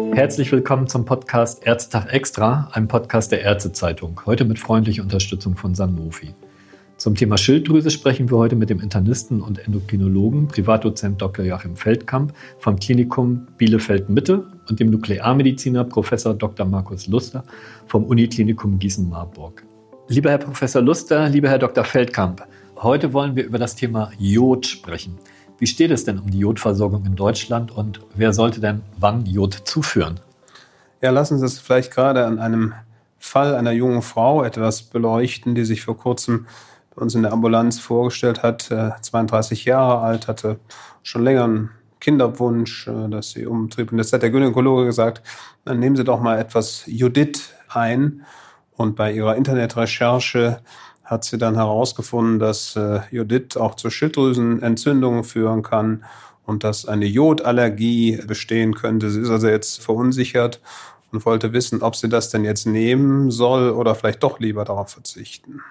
Herzlich willkommen zum Podcast Ärztetag Extra, einem Podcast der Ärztezeitung. Heute mit freundlicher Unterstützung von Sanofi. Zum Thema Schilddrüse sprechen wir heute mit dem Internisten und Endokrinologen, Privatdozent Dr. Joachim Feldkamp vom Klinikum Bielefeld-Mitte und dem Nuklearmediziner Prof. Dr. Markus Luster vom Uniklinikum Gießen-Marburg. Lieber Herr Professor Luster, lieber Herr Dr. Feldkamp, heute wollen wir über das Thema Jod sprechen. Wie steht es denn um die Jodversorgung in Deutschland und wer sollte denn wann Jod zuführen? Ja, lassen Sie es vielleicht gerade an einem Fall einer jungen Frau etwas beleuchten, die sich vor kurzem bei uns in der Ambulanz vorgestellt hat. 32 Jahre alt, hatte schon länger einen Kinderwunsch, dass sie umtrieb. Und jetzt hat der Gynäkologe gesagt, dann nehmen Sie doch mal etwas Jodid ein. Und bei ihrer Internetrecherche hat sie dann herausgefunden, dass Jodid auch zu Schilddrüsenentzündungen führen kann und dass eine Jodallergie bestehen könnte. Sie ist also jetzt verunsichert und wollte wissen, ob sie das denn jetzt nehmen soll oder vielleicht doch lieber darauf verzichten.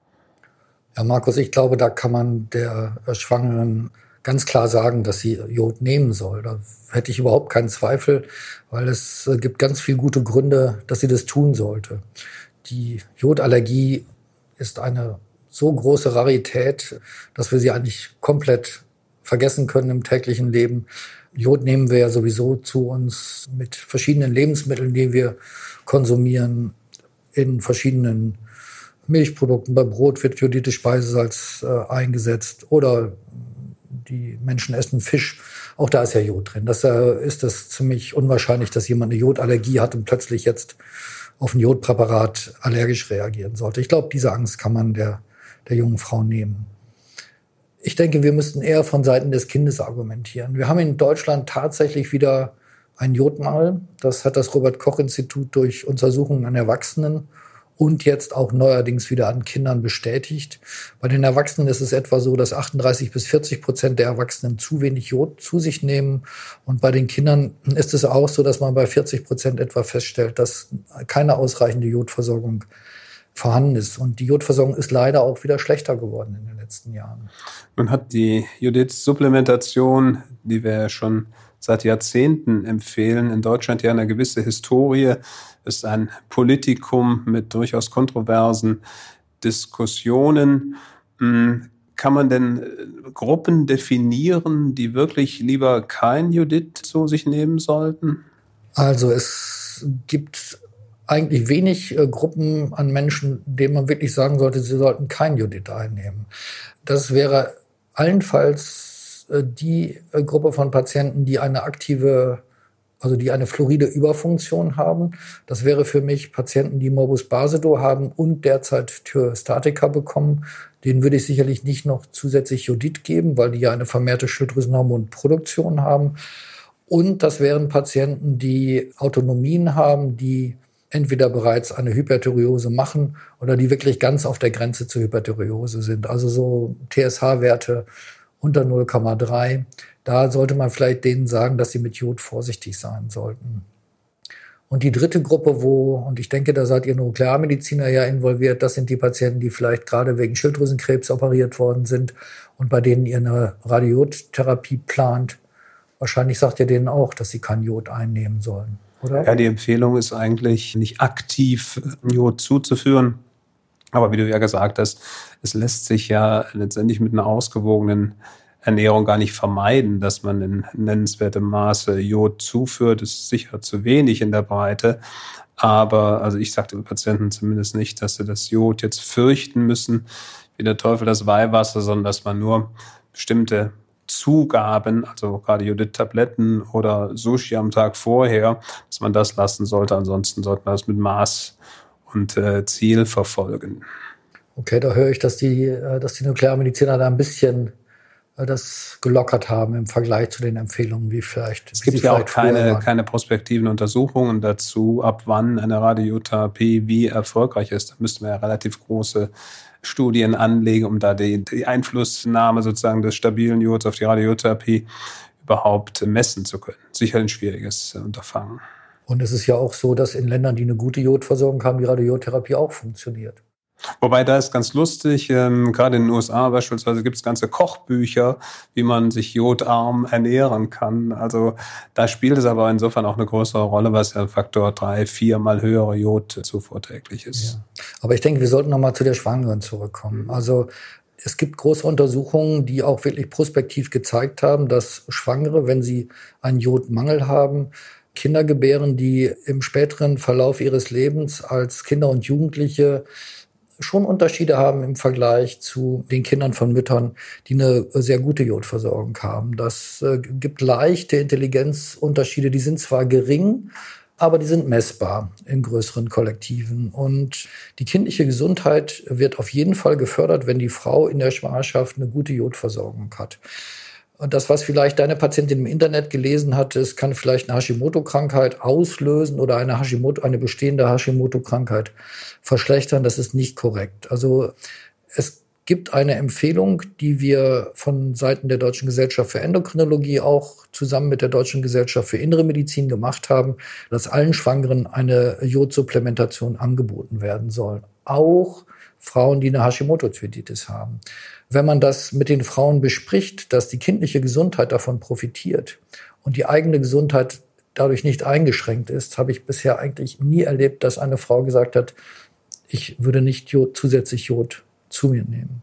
Ja, Markus, ich glaube, da kann man der Schwangeren ganz klar sagen, dass sie Jod nehmen soll. Da hätte ich überhaupt keinen Zweifel, weil es gibt ganz viele gute Gründe, dass sie das tun sollte. Die Jodallergie ist eine so große Rarität, dass wir sie eigentlich komplett vergessen können im täglichen Leben. Jod nehmen wir ja sowieso zu uns mit verschiedenen Lebensmitteln, die wir konsumieren, in verschiedenen Milchprodukten. Bei Brot wird jodiertes Speisesalz eingesetzt oder die Menschen essen Fisch. Auch da ist ja Jod drin. Das ist es ziemlich unwahrscheinlich, dass jemand eine Jodallergie hat und plötzlich jetzt auf ein Jodpräparat allergisch reagieren sollte. Ich glaube, diese Angst kann man der jungen Frau nehmen. Ich denke, wir müssten eher von Seiten des Kindes argumentieren. Wir haben in Deutschland tatsächlich wieder einen Jodmangel. Das hat das Robert-Koch-Institut durch Untersuchungen an Erwachsenen und jetzt auch neuerdings wieder an Kindern bestätigt. Bei den Erwachsenen ist es etwa so, dass 38-40% der Erwachsenen zu wenig Jod zu sich nehmen. Und bei den Kindern ist es auch so, dass man bei 40% etwa feststellt, dass keine ausreichende Jodversorgung vorhanden ist. Und die Jodversorgung ist leider auch wieder schlechter geworden in den letzten Jahren. Nun hat die Jodid-Supplementation, die wir ja schon seit Jahrzehnten empfehlen, in Deutschland ja eine gewisse Historie, ist ein Politikum mit durchaus kontroversen Diskussionen. Kann man denn Gruppen definieren, die wirklich lieber kein Jodid zu sich nehmen sollten? Also es gibt eigentlich wenig Gruppen an Menschen, denen man wirklich sagen sollte, sie sollten kein Jodid einnehmen. Das wäre allenfalls die Gruppe von Patienten, die eine aktive, also die eine fluoride Überfunktion haben. Das wäre für mich Patienten, die Morbus Basedow haben und derzeit Thyreostatika bekommen. Denen würde ich sicherlich nicht noch zusätzlich Jodid geben, weil die ja eine vermehrte Schilddrüsenhormonproduktion haben. Und das wären Patienten, die Autonomien haben, die entweder bereits eine Hyperthyreose machen oder die wirklich ganz auf der Grenze zur Hyperthyreose sind. Also so TSH-Werte unter 0,3. Da sollte man vielleicht denen sagen, dass sie mit Jod vorsichtig sein sollten. Und die dritte Gruppe, und ich denke, da seid ihr Nuklearmediziner ja involviert, das sind die Patienten, die vielleicht gerade wegen Schilddrüsenkrebs operiert worden sind und bei denen ihr eine Radiotherapie plant. Wahrscheinlich sagt ihr denen auch, dass sie kein Jod einnehmen sollen, oder? Ja, die Empfehlung ist eigentlich nicht aktiv Jod zuzuführen. Aber wie du ja gesagt hast, es lässt sich ja letztendlich mit einer ausgewogenen Ernährung gar nicht vermeiden, dass man in nennenswertem Maße Jod zuführt. Das ist sicher zu wenig in der Breite. Aber also ich sage den Patienten zumindest nicht, dass sie das Jod jetzt fürchten müssen, wie der Teufel das Weihwasser, sondern dass man nur bestimmte Zugaben, also gerade Jodid-Tabletten oder Sushi am Tag vorher, dass man das lassen sollte. Ansonsten sollte man das mit Maß und Ziel verfolgen. Okay, da höre ich, dass die Nuklearmediziner da ein bisschen das gelockert haben im Vergleich zu den Empfehlungen, wie vielleicht. Es gibt ja auch keine prospektiven Untersuchungen dazu, ab wann eine Radiotherapie wie erfolgreich ist. Da müssten wir ja relativ große Studien anlegen, um da die Einflussnahme sozusagen des stabilen Jods auf die Radiotherapie überhaupt messen zu können. Sicher ein schwieriges Unterfangen. Und es ist ja auch so, dass in Ländern, die eine gute Jodversorgung haben, die Radiotherapie auch funktioniert. Wobei da ist ganz lustig, gerade in den USA beispielsweise gibt es ganze Kochbücher, wie man sich jodarm ernähren kann. Also da spielt es aber insofern auch eine größere Rolle, weil es ja Faktor 3-4 mal höhere Jodzufuhr täglich ist. Ja. Aber ich denke, wir sollten noch mal zu der Schwangeren zurückkommen. Also es gibt große Untersuchungen, die auch wirklich prospektiv gezeigt haben, dass Schwangere, wenn sie einen Jodmangel haben, Kinder gebären, die im späteren Verlauf ihres Lebens als Kinder und Jugendliche schon Unterschiede haben im Vergleich zu den Kindern von Müttern, die eine sehr gute Jodversorgung haben. Das gibt leichte Intelligenzunterschiede, die sind zwar gering, aber die sind messbar in größeren Kollektiven. Und die kindliche Gesundheit wird auf jeden Fall gefördert, wenn die Frau in der Schwangerschaft eine gute Jodversorgung hat. Und das, was vielleicht deine Patientin im Internet gelesen hat, es kann vielleicht eine Hashimoto-Krankheit auslösen oder eine bestehende Hashimoto-Krankheit verschlechtern. Das ist nicht korrekt. Also es gibt eine Empfehlung, die wir von Seiten der Deutschen Gesellschaft für Endokrinologie auch zusammen mit der Deutschen Gesellschaft für Innere Medizin gemacht haben, dass allen Schwangeren eine Jodsupplementation angeboten werden soll. Auch Frauen, die eine Hashimoto-Thyreoiditis haben. Wenn man das mit den Frauen bespricht, dass die kindliche Gesundheit davon profitiert und die eigene Gesundheit dadurch nicht eingeschränkt ist, habe ich bisher eigentlich nie erlebt, dass eine Frau gesagt hat, ich würde nicht zusätzlich Jod zu mir nehmen.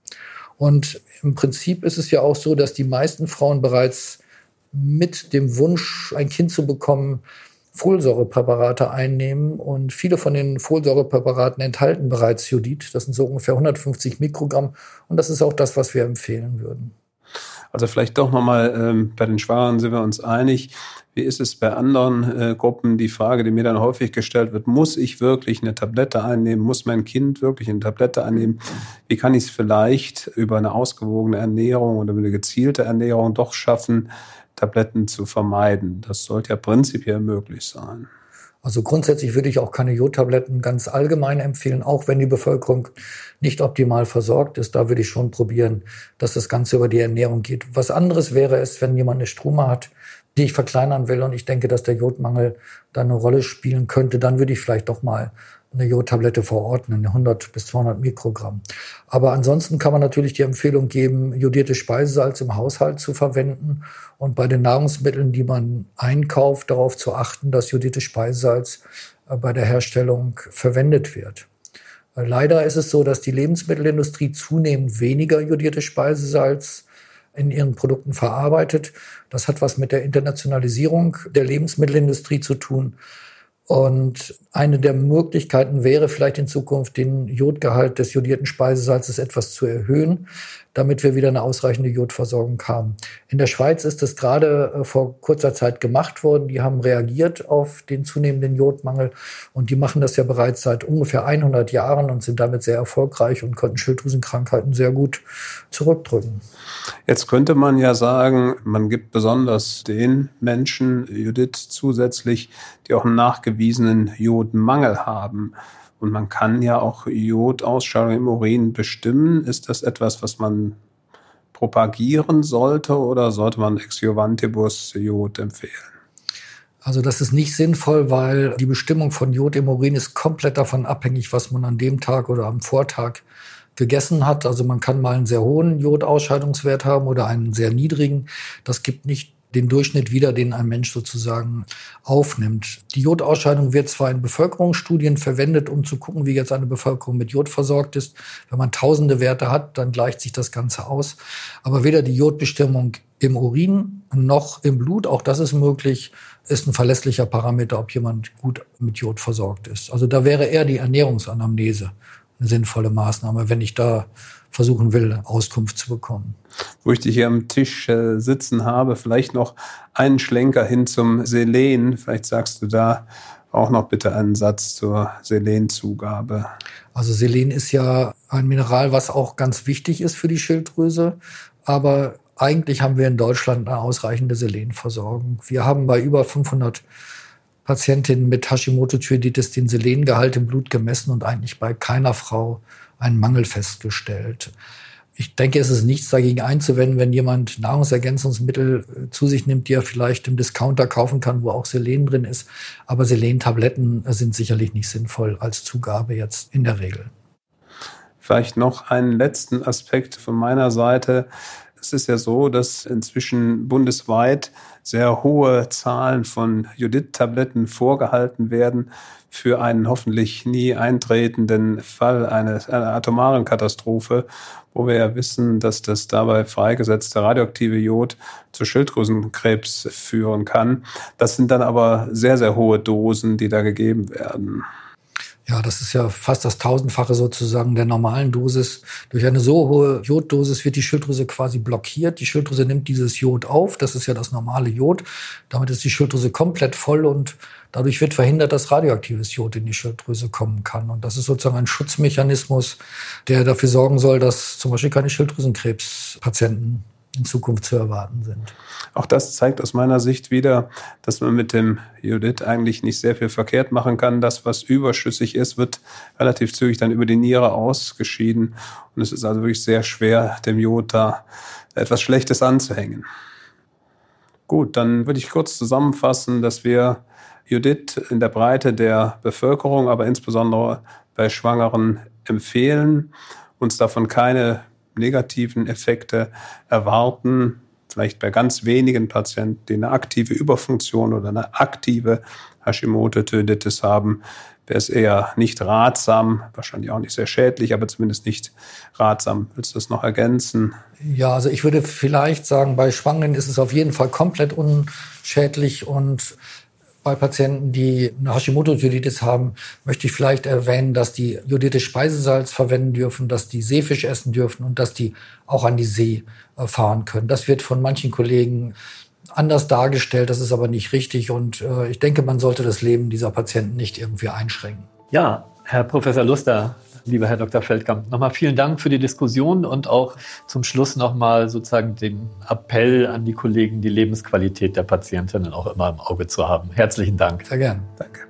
Und im Prinzip ist es ja auch so, dass die meisten Frauen bereits mit dem Wunsch, ein Kind zu bekommen, Folsäurepräparate einnehmen. Und viele von den Folsäurepräparaten enthalten bereits Jodid. Das sind so ungefähr 150 Mikrogramm. Und das ist auch das, was wir empfehlen würden. Also vielleicht doch nochmal, bei den Schwangeren sind wir uns einig. Wie ist es bei anderen Gruppen? Die Frage, die mir dann häufig gestellt wird, muss ich wirklich eine Tablette einnehmen? Muss mein Kind wirklich eine Tablette einnehmen? Wie kann ich es vielleicht über eine ausgewogene Ernährung oder eine gezielte Ernährung doch schaffen, Tabletten zu vermeiden? Das sollte ja prinzipiell möglich sein. Also grundsätzlich würde ich auch keine Jodtabletten ganz allgemein empfehlen, auch wenn die Bevölkerung nicht optimal versorgt ist. Da würde ich schon probieren, dass das Ganze über die Ernährung geht. Was anderes wäre es, wenn jemand eine Struma hat, die ich verkleinern will und ich denke, dass der Jodmangel da eine Rolle spielen könnte, dann würde ich vielleicht doch mal eine Jodtablette verordnen, 100 bis 200 Mikrogramm. Aber ansonsten kann man natürlich die Empfehlung geben, jodiertes Speisesalz im Haushalt zu verwenden und bei den Nahrungsmitteln, die man einkauft, darauf zu achten, dass jodiertes Speisesalz bei der Herstellung verwendet wird. Leider ist es so, dass die Lebensmittelindustrie zunehmend weniger jodiertes Speisesalz in ihren Produkten verarbeitet. Das hat was mit der Internationalisierung der Lebensmittelindustrie zu tun. Und eine der Möglichkeiten wäre vielleicht in Zukunft, den Jodgehalt des jodierten Speisesalzes etwas zu erhöhen, damit wir wieder eine ausreichende Jodversorgung haben. In der Schweiz ist das gerade vor kurzer Zeit gemacht worden. Die haben reagiert auf den zunehmenden Jodmangel und die machen das ja bereits seit ungefähr 100 Jahren und sind damit sehr erfolgreich und konnten Schilddrüsenkrankheiten sehr gut zurückdrücken. Jetzt könnte man ja sagen, man gibt besonders den Menschen Jodid zusätzlich, die auch einen nachgewiesenen Jodmangel haben. Und man kann ja auch Jodausscheidung im Urin bestimmen. Ist das etwas, was man propagieren sollte oder sollte man ex juvantibus Jod empfehlen? Also das ist nicht sinnvoll, weil die Bestimmung von Jod im Urin ist komplett davon abhängig, was man an dem Tag oder am Vortag gegessen hat. Also man kann mal einen sehr hohen Jodausscheidungswert haben oder einen sehr niedrigen. Das gibt nicht den Durchschnitt wieder, den ein Mensch sozusagen aufnimmt. Die Jodausscheidung wird zwar in Bevölkerungsstudien verwendet, um zu gucken, wie jetzt eine Bevölkerung mit Jod versorgt ist. Wenn man tausende Werte hat, dann gleicht sich das Ganze aus. Aber weder die Jodbestimmung im Urin noch im Blut, auch das ist möglich, ist ein verlässlicher Parameter, ob jemand gut mit Jod versorgt ist. Also da wäre eher die Ernährungsanamnese eine sinnvolle Maßnahme, wenn ich da versuchen will, Auskunft zu bekommen. Wo ich dich hier am Tisch sitzen habe, vielleicht noch einen Schlenker hin zum Selen. Vielleicht sagst du da auch noch bitte einen Satz zur Selenzugabe. Also Selen ist ja ein Mineral, was auch ganz wichtig ist für die Schilddrüse. Aber eigentlich haben wir in Deutschland eine ausreichende Selenversorgung. Wir haben bei über 500 Patientinnen mit Hashimoto-Thyreoiditis den Selengehalt im Blut gemessen und eigentlich bei keiner Frau einen Mangel festgestellt. Ich denke, es ist nichts dagegen einzuwenden, wenn jemand Nahrungsergänzungsmittel zu sich nimmt, die er vielleicht im Discounter kaufen kann, wo auch Selen drin ist. Aber Selentabletten sind sicherlich nicht sinnvoll als Zugabe jetzt in der Regel. Vielleicht noch einen letzten Aspekt von meiner Seite. Es ist ja so, dass inzwischen bundesweit sehr hohe Zahlen von Jodid-Tabletten vorgehalten werden für einen hoffentlich nie eintretenden Fall einer atomaren Katastrophe, wo wir ja wissen, dass das dabei freigesetzte radioaktive Jod zu Schilddrüsenkrebs führen kann. Das sind dann aber sehr, sehr hohe Dosen, die da gegeben werden. Ja, das ist ja fast das 1000-fache sozusagen der normalen Dosis. Durch eine so hohe Joddosis wird die Schilddrüse quasi blockiert. Die Schilddrüse nimmt dieses Jod auf. Das ist ja das normale Jod. Damit ist die Schilddrüse komplett voll und dadurch wird verhindert, dass radioaktives Jod in die Schilddrüse kommen kann. Und das ist sozusagen ein Schutzmechanismus, der dafür sorgen soll, dass zum Beispiel keine Schilddrüsenkrebspatienten in Zukunft zu erwarten sind. Auch das zeigt aus meiner Sicht wieder, dass man mit dem Jodid eigentlich nicht sehr viel verkehrt machen kann. Das, was überschüssig ist, wird relativ zügig dann über die Niere ausgeschieden. Und es ist also wirklich sehr schwer, dem Jod da etwas Schlechtes anzuhängen. Gut, dann würde ich kurz zusammenfassen, dass wir Jodid in der Breite der Bevölkerung, aber insbesondere bei Schwangeren empfehlen, uns davon keine negativen Effekte erwarten, vielleicht bei ganz wenigen Patienten, die eine aktive Überfunktion oder eine aktive Hashimoto-Thyreoiditis haben, wäre es eher nicht ratsam, wahrscheinlich auch nicht sehr schädlich, aber zumindest nicht ratsam. Willst du das noch ergänzen? Ja, also ich würde vielleicht sagen, bei Schwangeren ist es auf jeden Fall komplett unschädlich und bei Patienten, die eine Hashimoto-Thyreoiditis haben, möchte ich vielleicht erwähnen, dass die jodiertes Speisesalz verwenden dürfen, dass die Seefisch essen dürfen und dass die auch an die See fahren können. Das wird von manchen Kollegen anders dargestellt, das ist aber nicht richtig und ich denke, man sollte das Leben dieser Patienten nicht irgendwie einschränken. Ja, Herr Professor Luster, lieber Herr Dr. Feldkamp, nochmal vielen Dank für die Diskussion und auch zum Schluss nochmal sozusagen den Appell an die Kollegen, die Lebensqualität der Patientinnen auch immer im Auge zu haben. Herzlichen Dank. Sehr gern. Danke.